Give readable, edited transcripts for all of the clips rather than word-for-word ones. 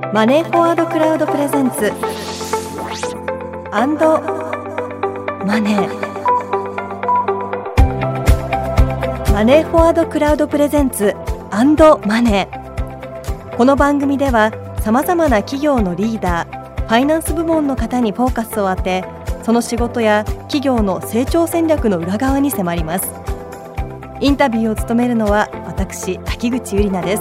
マネーフォワードクラウドプレゼンツアンドマネー。マネーフォワードクラウドプレゼンツアンドマネー。この番組ではさまざまな企業のリーダー、ファイナンス部門の方にフォーカスを当て、その仕事や企業の成長戦略の裏側に迫ります。インタビューを務めるのは私、滝口ゆりなです。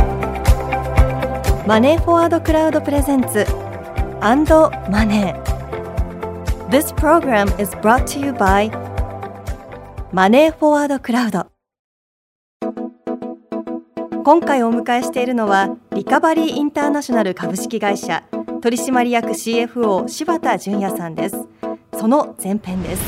マネーフォワードクラウドプレゼンツアンドマネー。This program is brought to you by マネーフォワードクラウド。今回お迎えしているのはリカバリーインターナショナル株式会社取締役 CFO 柴田純也さんです。その前編です。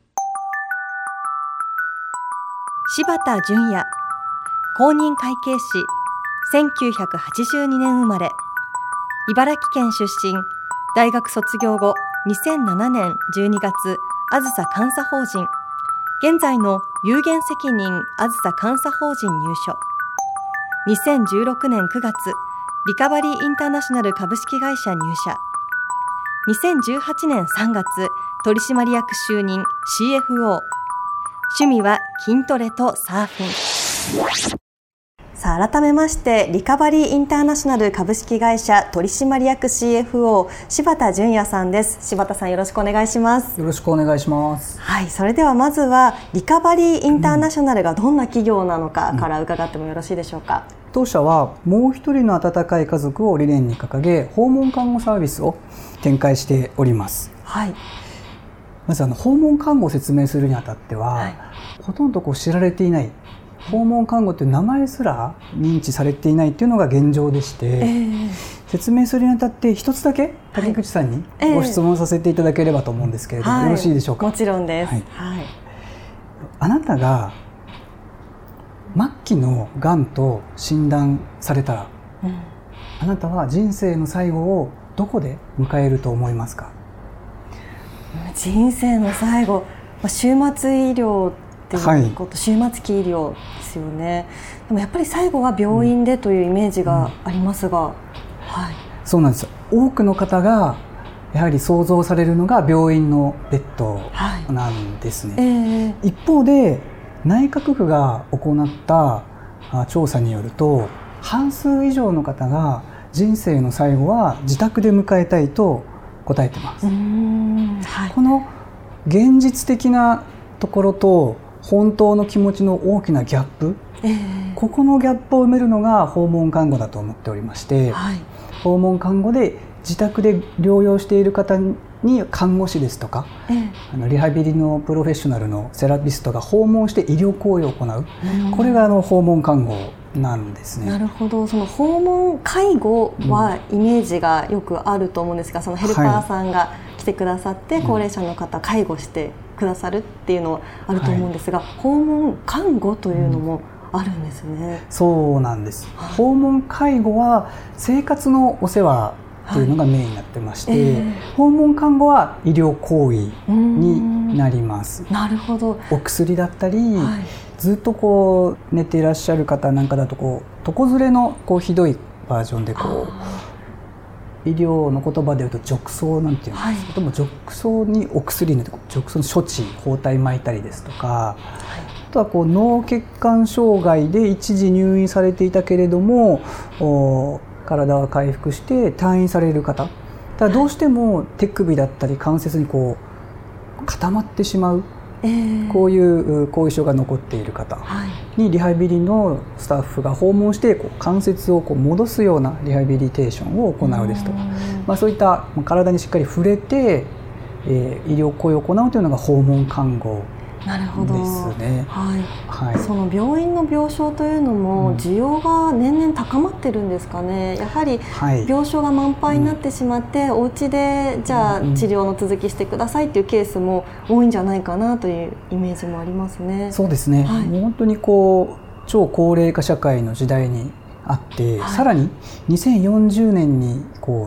柴田純也、公認会計士、1982年生まれ、茨城県出身。大学卒業後2007年12月あずさ監査法人、現在の有限責任あずさ監査法人入所。2016年9月リカバリーインターナショナル株式会社入社。2018年3月取締役就任 CFO。 趣味は筋トレとサーフィン。さあ、改めましてリカバリーインターナショナル株式会社取締役 CFO 柴田純也さんです。柴田さん、よろしくお願いします。 よろしくお願いします。 はい、それではまずはリカバリーインターナショナルがどんな企業なのかから伺ってもよろしいでしょうか。 当社はもう一人の温かい家族を理念に掲げ、訪問看護サービスを展開しております。 はい、 まず訪問看護を説明するにあたっては、ほとんど知られていない、訪問看護という名前すら認知されていないというのが現状でして、説明するにあたって一つだけ竹口さんにご質問させていただければと思うんですけれども、よろしいでしょうか。 もちろんです。 あなたが末期のがんと診断されたら、あなたは人生の最後をどこで迎えると思いますか。 人生の最後、終末医療っていうこと、終末期医療ですよね。でもやっぱり最後は病院でというイメージがありますが、 そうなんです。多くの方がやはり想像されるのが病院のベッドなんですね。一方で内閣府が行った調査によると、半数以上の方が人生の最後は自宅で迎えたいと答えてます。この現実的なところと本当の気持ちの大きなギャップ、ここのギャップを埋めるのが訪問看護だと思っておりまして、訪問看護で自宅で療養している方に看護師ですとか、リハビリのプロフェッショナルのセラピストが訪問して医療行為を行う、これが訪問看護なんですね。 なるほど。その訪問介護はイメージがよくあると思うんですが、そのヘルパーさんが来てくださって高齢者の方介護してくださるっていうのはあると思うんですが、訪問看護というのもあるんですね。 そうなんです。訪問介護は生活のお世話というのがメインになってまして、訪問看護は医療行為になります。 なるほど。 お薬だったり、ずっと寝ていらっしゃる方なんかだと床ずれのひどいバージョンで医療の言葉でいうと褥瘡なんていうんですけども、褥瘡にお薬の褥瘡の処置、包帯巻いたりですとか、あとは脳血管障害で一時入院されていたけれども体は回復して退院される方、ただどうしても手首だったり関節に固まってしまう、こういう後遺症が残っている方にリハビリのスタッフが訪問して関節を戻すようなリハビリテーションを行うですとか、そういった体にしっかり触れて医療行為を行うというのが訪問看護ですね。 その病院の病床というのも需要が年々高まってるんですかね。やはり病床が満杯になってしまって、お家でじゃあ治療の続きしてくださいっていうケースも多いんじゃないかなというイメージもありますね。 そうですね、もう本当に超高齢化社会の時代にあって、さらに2040年に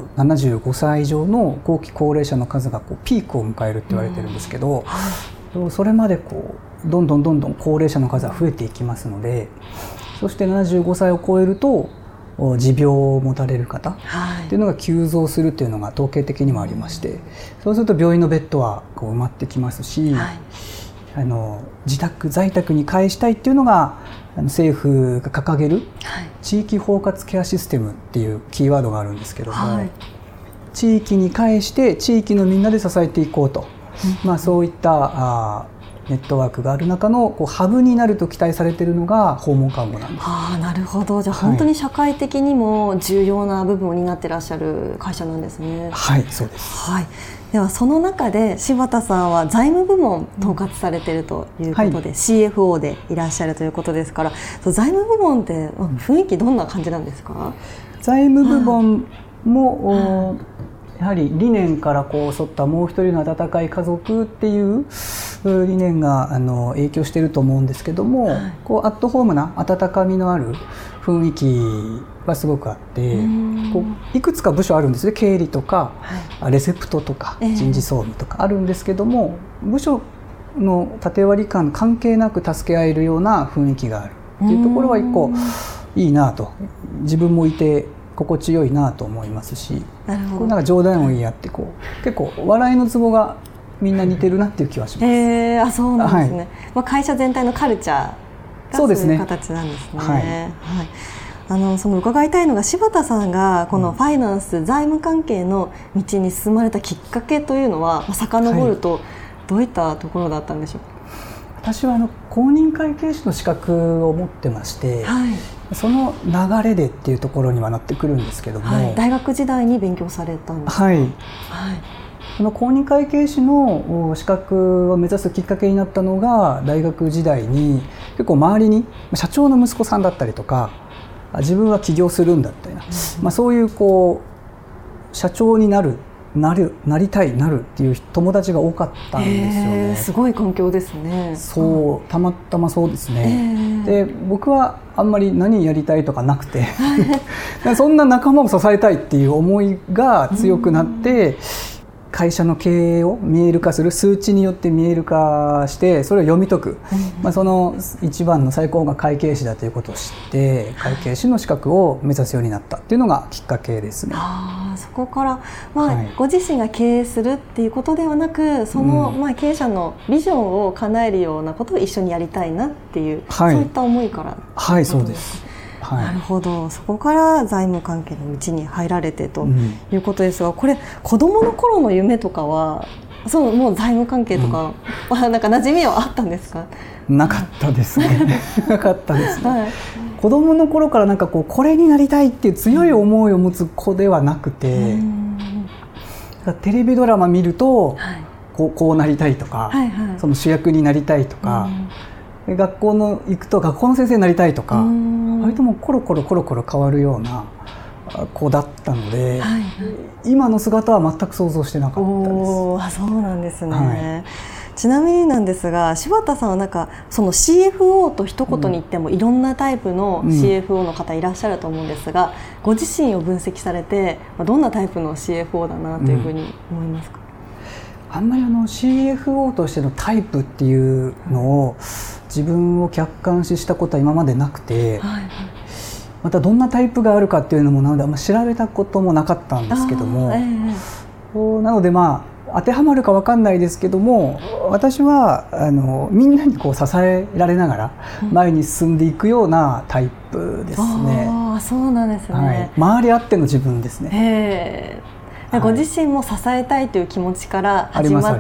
75歳以上の後期高齢者の数がピークを迎えるって言われてるんですけど、それまでどんどん高齢者の数は増えていきますので、そして75歳を超えると持病を持たれる方っていうのが急増するっていうのが統計的にもありまして、そうすると病院のベッドはこう埋まってきますし、在宅に帰したいっていうのが政府が掲げる地域包括ケアシステムっていうキーワードがあるんですけども、地域に帰して地域のみんなで支えていこうと、そういったネットワークがある中のハブになると期待されているのが訪問看護なんです。 なるほど。じゃあ本当に社会的にも重要な部分を担ってらっしゃる会社なんですね。 はい、そうです。 ではその中で柴田さんは財務部門統括されているということで、CFO でいらっしゃるということですから、財務部門って雰囲気どんな感じなんですか？ 財務部門もやはり理念から沿ったもう一人の温かい家族っていう理念が影響していると思うんですけども、アットホームな温かみのある雰囲気はすごくあって、いくつか部署あるんですね。経理とか、レセプトとか、人事総務とかあるんですけども、部署の縦割り感関係なく助け合えるような雰囲気があるっていうところは一個いいなと、自分もいて心地よいなと思いますし、なんか冗談を言い合って結構笑いのツボがみんな似てるなっていう気はします。 そうなんですね。会社全体のカルチャーがそういう形なんですね。その伺いたいのが、柴田さんがこのファイナンス、財務関係の道に進まれたきっかけというのは遡るとどういったところだったんでしょうか？ 私は公認会計士の資格を持ってまして、その流れでっていうところにはなってくるんですけども、 大学時代に勉強されたんですか？ その公認会計士の資格を目指すきっかけになったのが、大学時代に結構周りに社長の息子さんだったりとか、自分は起業するんだったりな、そういう社長になりたいっていう友達が多かったんですよね。 すごい環境ですね。 たまたまそうですね。で、僕はあんまり何やりたいとかなくてそんな仲間を支えたいっていう思いが強くなって、会社の経営を見える化する、数値によって見える化してそれを読み解く、その一番の最高が会計士だということを知って、会計士の資格を目指すようになったっていうのがきっかけですね。 そこから、ご自身が経営するっていうことではなく、その、経営者のビジョンを叶えるようなことを一緒にやりたいなっていう、そういった思いから。 そうです。 なるほど。そこから財務関係の道に入られてということですが、これ子どもの頃の夢とかはもう財務関係とか、なんか馴染みはあったんですか？ なかったですね。なかったですね。子どもの頃からなんかこれになりたいっていう強い思いを持つ子ではなくて、テレビドラマ見るとこうなりたいとか、その主役になりたいとか、学校の行くと学校の先生になりたいとか、割ともうコロコロ変わるような子だったので、今の姿は全く想像してなかったです。 そうなんですね。ちなみになんですが、柴田さんはなんかその CFO と一言に言ってもいろんなタイプの CFO の方いらっしゃると思うんですが、ご自身を分析されてどんなタイプの CFO だなというふうに思いますか？ あんまりCFO としてのタイプっていうのを自分を客観視したことは今までなくて、またどんなタイプがあるかっていうのもなのであんま調べたこともなかったんですけども、なので当てはまるか分かんないですけども、私はみんなに支えられながら前に進んでいくようなタイプですね。 そうなんですね。 周りあっての自分ですね。 ご自身も支えたいという気持ちから始まって、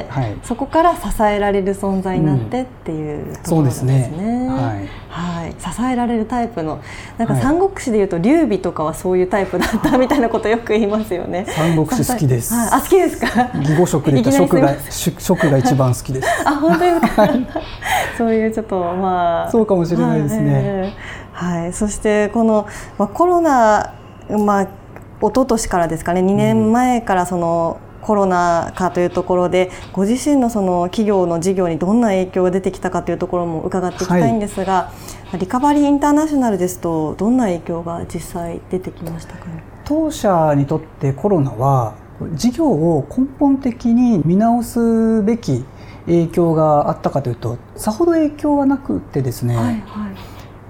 そこから支えられる存在になってっていうところですね。支えられるタイプの、なんか三国志でいうと劉備とかはそういうタイプだったみたいなことよく言いますよね。 三国志好きです。 好きですか？ 義語色で言った食が一番好きです。 本当ですか？そういうちょっとそうかもしれないですね。 そしてこのコロナ一昨年からですかね、2年前からそのコロナ禍というところでご自身のその企業の事業にどんな影響が出てきたかというところも伺っていきたいんですが、リカバリーインターナショナルですとどんな影響が実際出てきましたかね？ 当社にとってコロナは事業を根本的に見直すべき影響があったかというとさほど影響はなくてですね、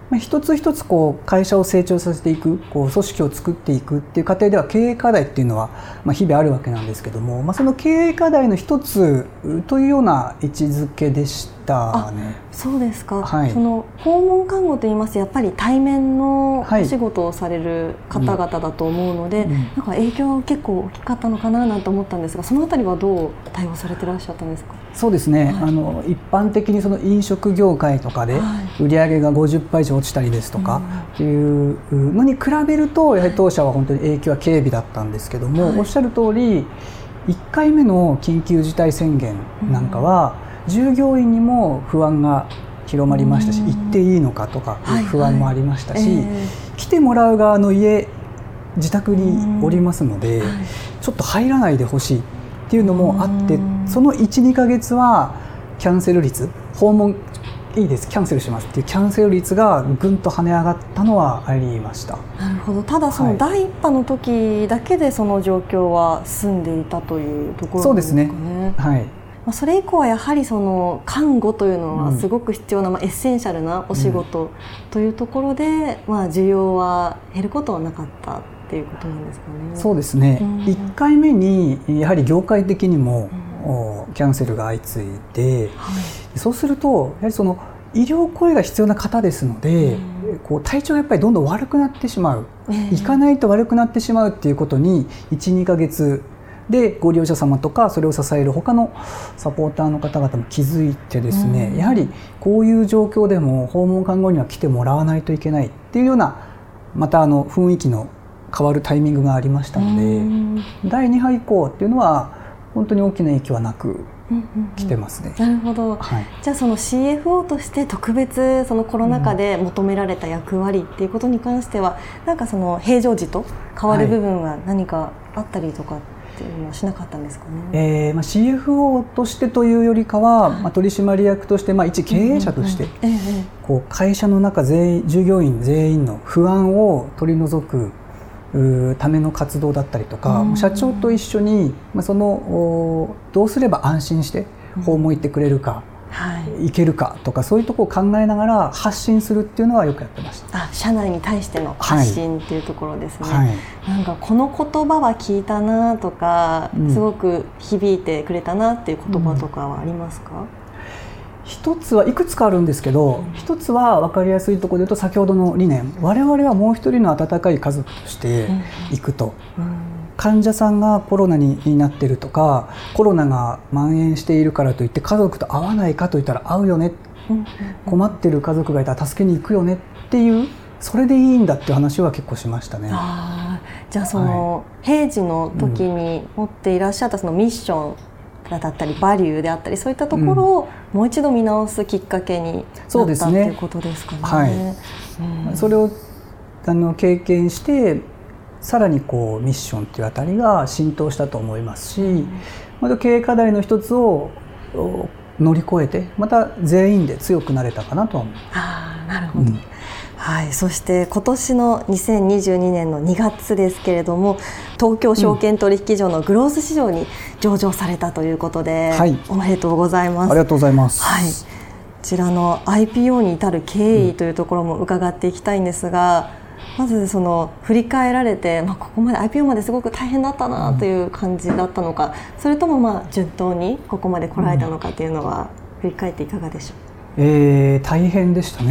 一つ一つこう会社を成長させていく、こう組織を作っていくっていう過程では経営課題っていうのは日々あるわけなんですけども、その経営課題の一つというような位置づけでしたね。 そうですか、 はい、 その訪問看護といいますとやっぱり対面のお仕事をされる方々だと思うので、なんか影響は結構大きかったのかななんて思ったんですが、そのあたりはどう対応されてらっしゃったんですか？ そうですね、一般的にその飲食業界とかで売上が 50% 以上落ちたりですとかっていうのに比べると、やはり当社は本当に影響は軽微だったんですけども、おっしゃる通り1回目の緊急事態宣言なんかは従業員にも不安が広まりましたし、行っていいのかとかいう不安もありましたし、来てもらう側の自宅におりますので、ちょっと入らないでほしいっていうのもあって、その 1,2 ヶ月はキャンセル率、訪問いいですキャンセルしますっていうキャンセル率がぐんと跳ね上がったのはありました。 なるほど。ただその第一波の時だけでその状況は済んでいたというところなんですかね。 そうですね、はい。 それ以降はやはりその看護というのはすごく必要な、エッセンシャルなお仕事というところで、需要は減ることはなかったっていうことなんですかね。 そうですね、1回目にやはり業界的にも、キャンセルが相次いで、そうするとやはりその医療行為が必要な方ですので、こう体調がやっぱりどんどん悪くなってしまう、行かないと悪くなってしまうっていうことに 1,2 ヶ月でご利用者様とかそれを支える他のサポーターの方々も気づいてですね、やはりこういう状況でも訪問看護には来てもらわないといけないっていうような、また雰囲気の変わるタイミングがありましたので、第2波以降っていうのは本当に大きな影響はなく来てますね。 なるほど、じゃあその CFO として特別そのコロナ禍で求められた役割っていうことに関しては、なんかその平常時と変わる部分は何かあったりとかっていうのはしなかったんですかね。 CFO としてというよりかは、取締役として、一経営者として、こう会社の中従業員全員の不安を取り除くための活動だったりとか、社長と一緒に、そのどうすれば安心して訪問行ってくれるか、行けるかとか、そういうところを考えながら発信するっていうのはよくやってました。 社内に対しての発信っていうところですね。なんかこの言葉は聞いたなとか、すごく響いてくれたなっていう言葉とかはありますか？ 一つはいくつかあるんですけど、一つは分かりやすいところで言うと、先ほどの理念、我々はもう一人の温かい家族としていくと、患者さんがコロナになっているとか、コロナが蔓延しているからといって家族と会わないかといったら会うよね、困っている家族がいたら助けに行くよねっていう、それでいいんだっていう話は結構しましたね。 じゃあその、平時の時に持っていらっしゃったそのミッションだったりバリューであったり、そういったところをもう一度見直すきっかけになったっていうことですかね。 それを経験してさらにこうミッションというあたりが浸透したと思いますし、また経営課題の一つを乗り越えてまた全員で強くなれたかなとは思います。 なるほど、そして今年の2022年の2月ですけれども、東京証券取引所のグロース市場に上場されたということで、おめでとうございます。 ありがとうございます。 こちらの IPO に至る経緯というところも伺っていきたいんですが、まずその振り返られて、ここまで IPO まですごく大変だったなという感じだったのか、それとも順当にここまで来られたのかというのは振り返っていかがでしょう？ 大変でしたね。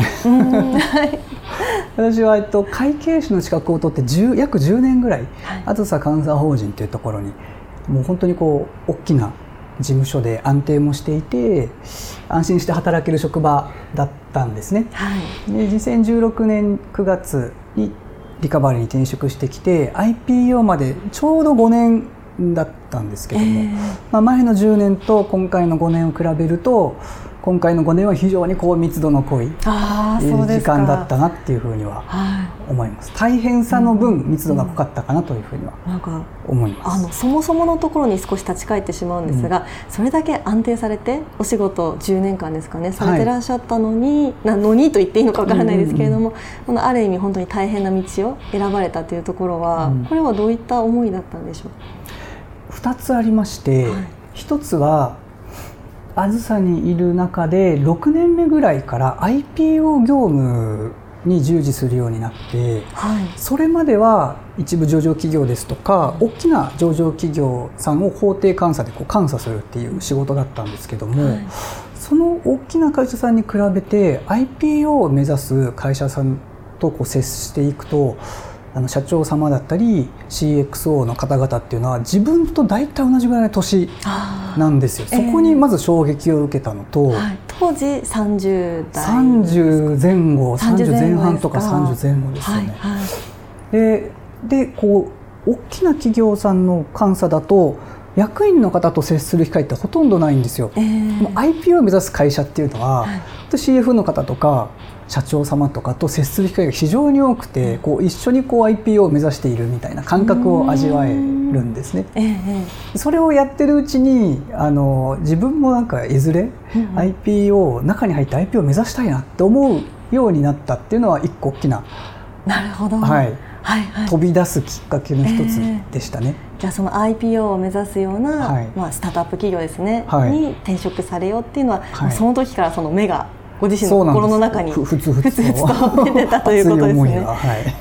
私は会計士の資格を取って約10年ぐらい、あずさ監査法人というところにもう本当にこう大きな事務所で安定もしていて安心して働ける職場だったんですね。で2016年9月にリカバリーに転職してきて IPO までちょうど5年だったんですけども、前の10年と今回の5年を比べると今回の5年は非常にこう密度の濃い時間だったなっていうふうには思います。大変さの分密度が濃かったかなというふうには思います。 そもそものところに少し立ち返ってしまうんですが、それだけ安定されてお仕事10年間ですかねされてらっしゃったのに、と言っていいのかわからないですけれども、このある意味本当に大変な道を選ばれたというところは、これはどういった思いだったんでしょう ？2つありまして、1つはあずさにいる中で6年目ぐらいから IPO 業務に従事するようになって、 はい、 それまでは一部上場企業ですとか大きな上場企業さんを法定監査でこう監査するっていう仕事だったんですけども、はい、その大きな会社さんに比べて IPO を目指す会社さんとこう接していくと、社長様だったり CXO の方々っていうのは自分と大体同じぐらいの年なんですよ。そこにまず衝撃を受けたのと、 はい、当時30代 30前後30前半とか30前後ですよね。はいはい、でこう大きな企業さんの監査だと役員の方と接する機会ってほとんどないんですよ。もう IPO を目指す会社っていうのは、はい、CF の方とか社長様とかと接する機会が非常に多くて、こう一緒にこう IPO を目指しているみたいな感覚を味わえるんですね。それをやってるうちに自分もなんかいずれ IPO 中に入って IPO を目指したいなって思うようになったっていうのは一個大きな、 なるほど、 はいはいはい、飛び出すきっかけの一つでしたね。 じゃあその IPO を目指すような、はい、スタートアップ企業ですね、はい、に転職されようっていうのは、はい、その時からその目がご自身の心の中にふつふつと出てたということですね。はい、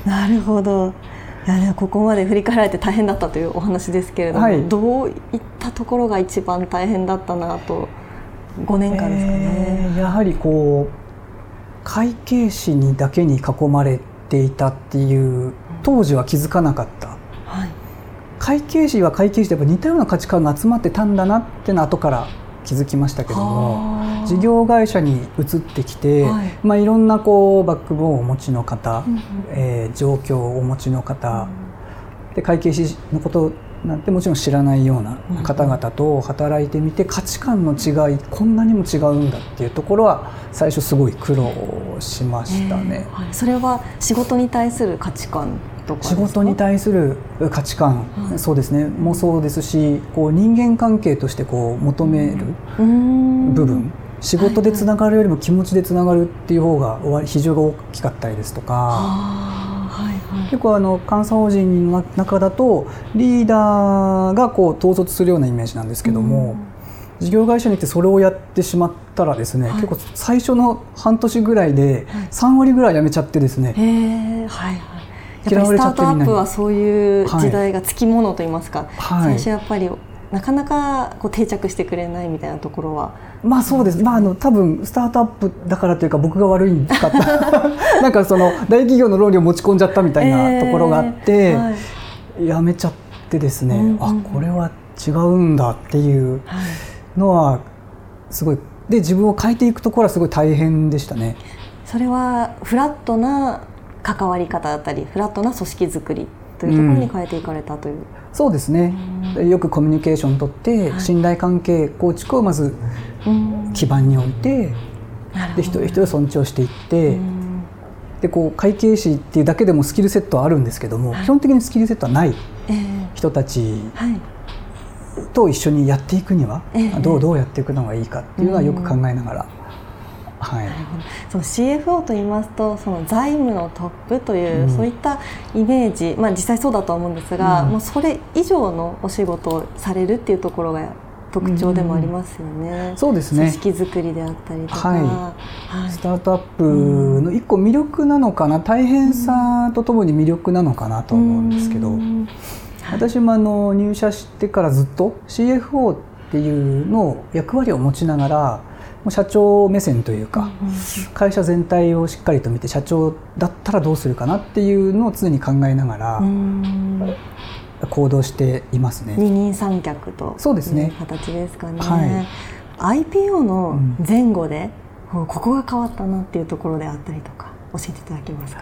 なるほど。いや、ここまで振り返られて大変だったというお話ですけれども、はい、どういったところが一番大変だったなと。5年間ですかね。 やはりこう会計士にだけに囲まれていたっていう当時は気づかなかった、はい、会計士は会計士でやっぱ似たような価値観が集まってたんだなってのは後から気づきましたけども、事業会社に移ってきて、はい、いろんなこうバックボーンをお持ちの方、状況をお持ちの方、で会計士のことなんてもちろん知らないような方々と働いてみて、価値観の違いこんなにも違うんだっていうところは最初すごい苦労しましたね。 それは仕事に対する価値観とかですか？ 仕事に対する価値観、そうですね、もそうですし、こう人間関係としてこう求める部分、仕事でつながるよりも気持ちでつながるっていう方が比重が大きかったりですとか、結構監査法人の中だとリーダーがこう統率するようなイメージなんですけども、事業会社に行ってそれをやってしまったらですね、結構最初の半年ぐらいで3割ぐらい辞めちゃってですね、 やっぱりスタートアップはそういう時代がつきものといいますか、最初やっぱりなかなかこう定着してくれないみたいなところは、 そうです、多分スタートアップだからというか僕が悪いんかったなんかその大企業の論理を持ち込んじゃったみたいなところがあって、やめちゃってですね、これは違うんだっていうのはすごい、で自分を変えていくところはすごい大変でしたね。 それはフラットな関わり方だったりフラットな組織づくりというところに変えていかれたという、 そうですね、よくコミュニケーションをとって信頼関係構築をまず基盤に置いて、で一人一人を尊重していって、でこう会計士っていうだけでもスキルセットはあるんですけども、基本的にスキルセットはない人たちと一緒にやっていくにはどうやっていくのがいいかっていうのはよく考えながら、 その CFO といいますとその財務のトップという、そういったイメージ、実際そうだと思うんですが、もうそれ以上のお仕事をされるっていうところが特徴でもありますよね。 そうですね、 組織づくりであったりとか、 スタートアップの一個魅力なのかな、大変さとともに魅力なのかなと思うんですけど、私も入社してからずっと CFO っていうの役割を持ちながら社長目線というか、会社全体をしっかりと見て社長だったらどうするかなっていうのを常に考えながら行動していますね。 二人三脚という形ですかね。IPO の前後でここが変わったなっていうところであったりとか教えていただけますか？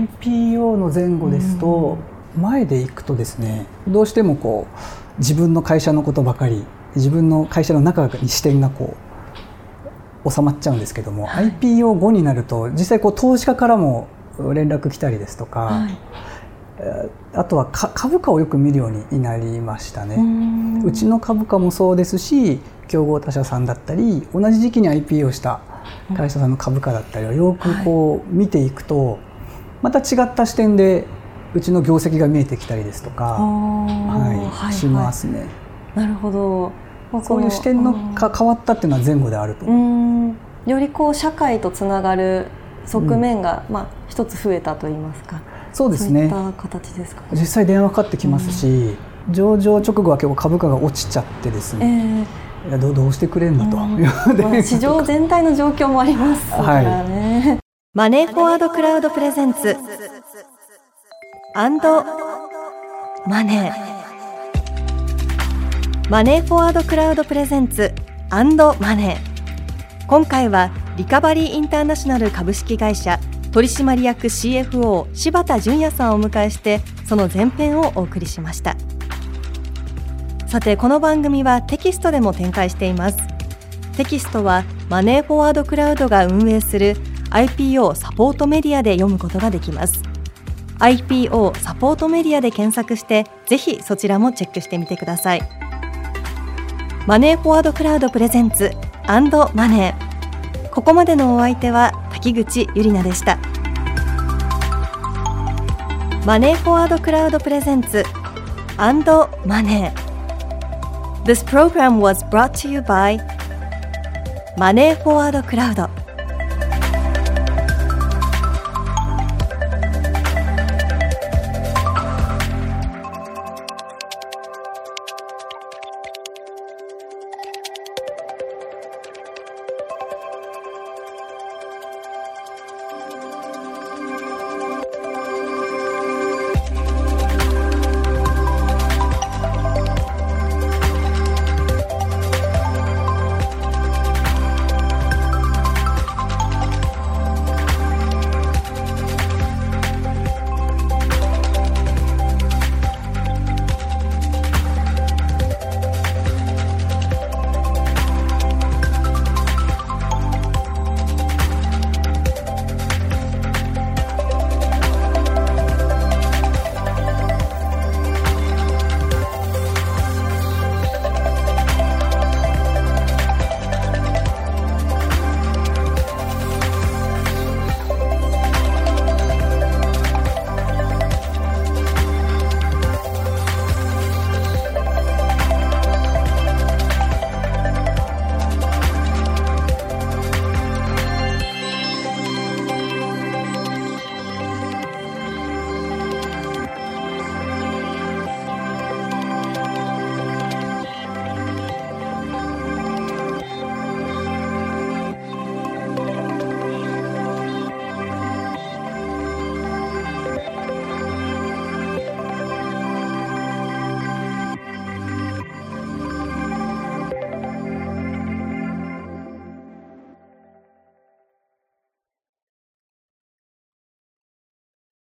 IPO の前後ですと、前で行くとですね、どうしてもこう自分の会社のことばかり、自分の会社の中に視点がこう収まっちゃうんですけども、IPO 後になると実際こう投資家からも連絡来たりですとか、あとは株価をよく見るようになりましたね。うちの株価もそうですし、競合他社さんだったり同じ時期に IPO した会社さんの株価だったりをよくこう見ていくと、また違った視点でうちの業績が見えてきたりですとか、しますね。 なるほど。 そういう視点の変わったっていうのは前後であると思う。 よりこう社会とつながる側面が、一つ増えたといいますか、 そうですね、 そういった形ですか。 実際電話かかってきますし、上場直後は結構株価が落ちちゃってですね、いやどうしてくれんのと、 市場全体の状況もありますからね。マネーフォワードクラウドプレゼンツ&マネー。マネーフォワードクラウドプレゼンツ&マネー。今回はリカバリーインターナショナル株式会社取締役 CFO 柴田純也さんをお迎えして、その前編をお送りしました。さて、この番組はテキストでも展開しています。テキストはマネーフォワードクラウドが運営する IPO サポートメディアで読むことができます。 IPO サポートメディアで検索して、ぜひそちらもチェックしてみてください。マネーフォワードクラウドプレゼンツ&マネー。ここまでのお相手は滝口ゆりなでした。マネーフォワードクラウドプレゼンツ&マネー。This program was brought to you by マネーフォワードクラウド。